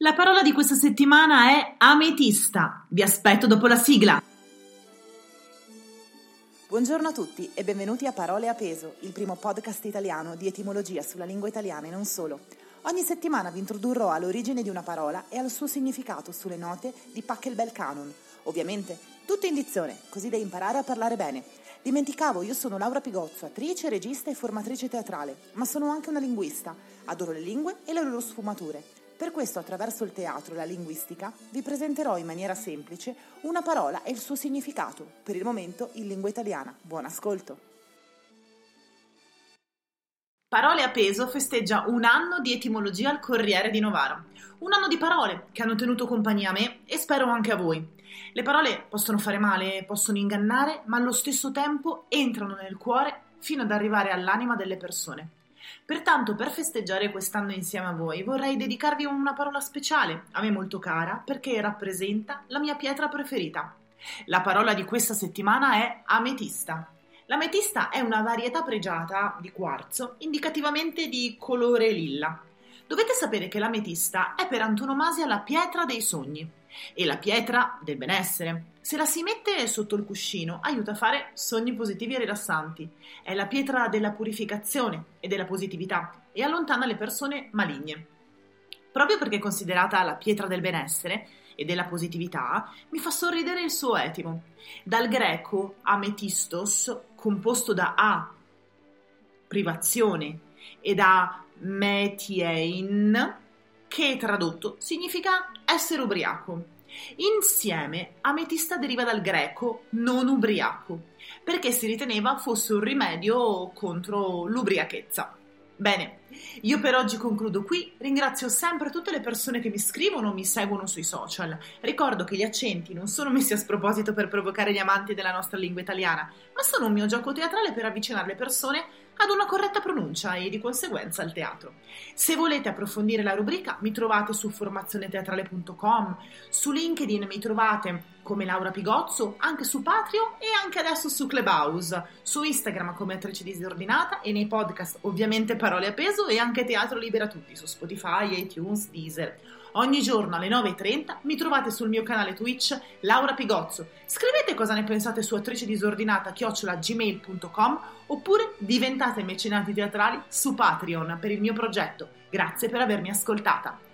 La parola di questa settimana è ametista. Vi aspetto dopo la sigla. Buongiorno a tutti e benvenuti a Parole a peso, il primo podcast italiano di etimologia sulla lingua italiana e non solo. Ogni settimana vi introdurrò all'origine di una parola e al suo significato sulle note di Pachelbel Canon. Ovviamente, tutto in dizione, così da imparare a parlare bene. Dimenticavo, io sono Laura Pigozzo, attrice, regista e formatrice teatrale, ma sono anche una linguista. Adoro le lingue e le loro sfumature. Per questo, attraverso il teatro e la linguistica, vi presenterò in maniera semplice una parola e il suo significato, per il momento in lingua italiana. Buon ascolto! Parole a peso festeggia un anno di etimologia al Corriere di Novara. Un anno di parole che hanno tenuto compagnia a me e spero anche a voi. Le parole possono fare male, possono ingannare, ma allo stesso tempo entrano nel cuore fino ad arrivare all'anima delle persone. Pertanto, per festeggiare quest'anno insieme a voi, vorrei dedicarvi una parola speciale, a me molto cara, perché rappresenta la mia pietra preferita. La parola di questa settimana è ametista. L'ametista è una varietà pregiata di quarzo, indicativamente di colore lilla. Dovete sapere che l'ametista è per antonomasia la pietra dei sogni e la pietra del benessere. Se la si mette sotto il cuscino, aiuta a fare sogni positivi e rilassanti. È la pietra della purificazione e della positività e allontana le persone maligne. Proprio perché è considerata la pietra del benessere e della positività, mi fa sorridere il suo etimo. Dal greco ametistos, composto da a, privazione, e da metiein, che tradotto significa essere ubriaco. Insieme, ametista deriva dal greco non ubriaco, perché si riteneva fosse un rimedio contro l'ubriachezza. Bene, io per oggi concludo qui, ringrazio sempre tutte le persone che mi scrivono o mi seguono sui social. Ricordo che gli accenti non sono messi a sproposito per provocare gli amanti della nostra lingua italiana, ma sono un mio gioco teatrale per avvicinare le persone ad una corretta pronuncia e di conseguenza al teatro. Se volete approfondire la rubrica mi trovate su formazioneteatrale.com, su LinkedIn mi trovate come Laura Pigozzo, anche su Patreon e anche adesso su Clubhouse, su Instagram come attrice disordinata e nei podcast ovviamente Parole a peso e anche Teatro Libera Tutti su Spotify, iTunes, Deezer. Ogni giorno alle 9:30 mi trovate sul mio canale Twitch Laura Pigozzo. Scrivete cosa ne pensate su attricedisordinata@gmail.com oppure diventate mecenati teatrali su Patreon per il mio progetto. Grazie per avermi ascoltata.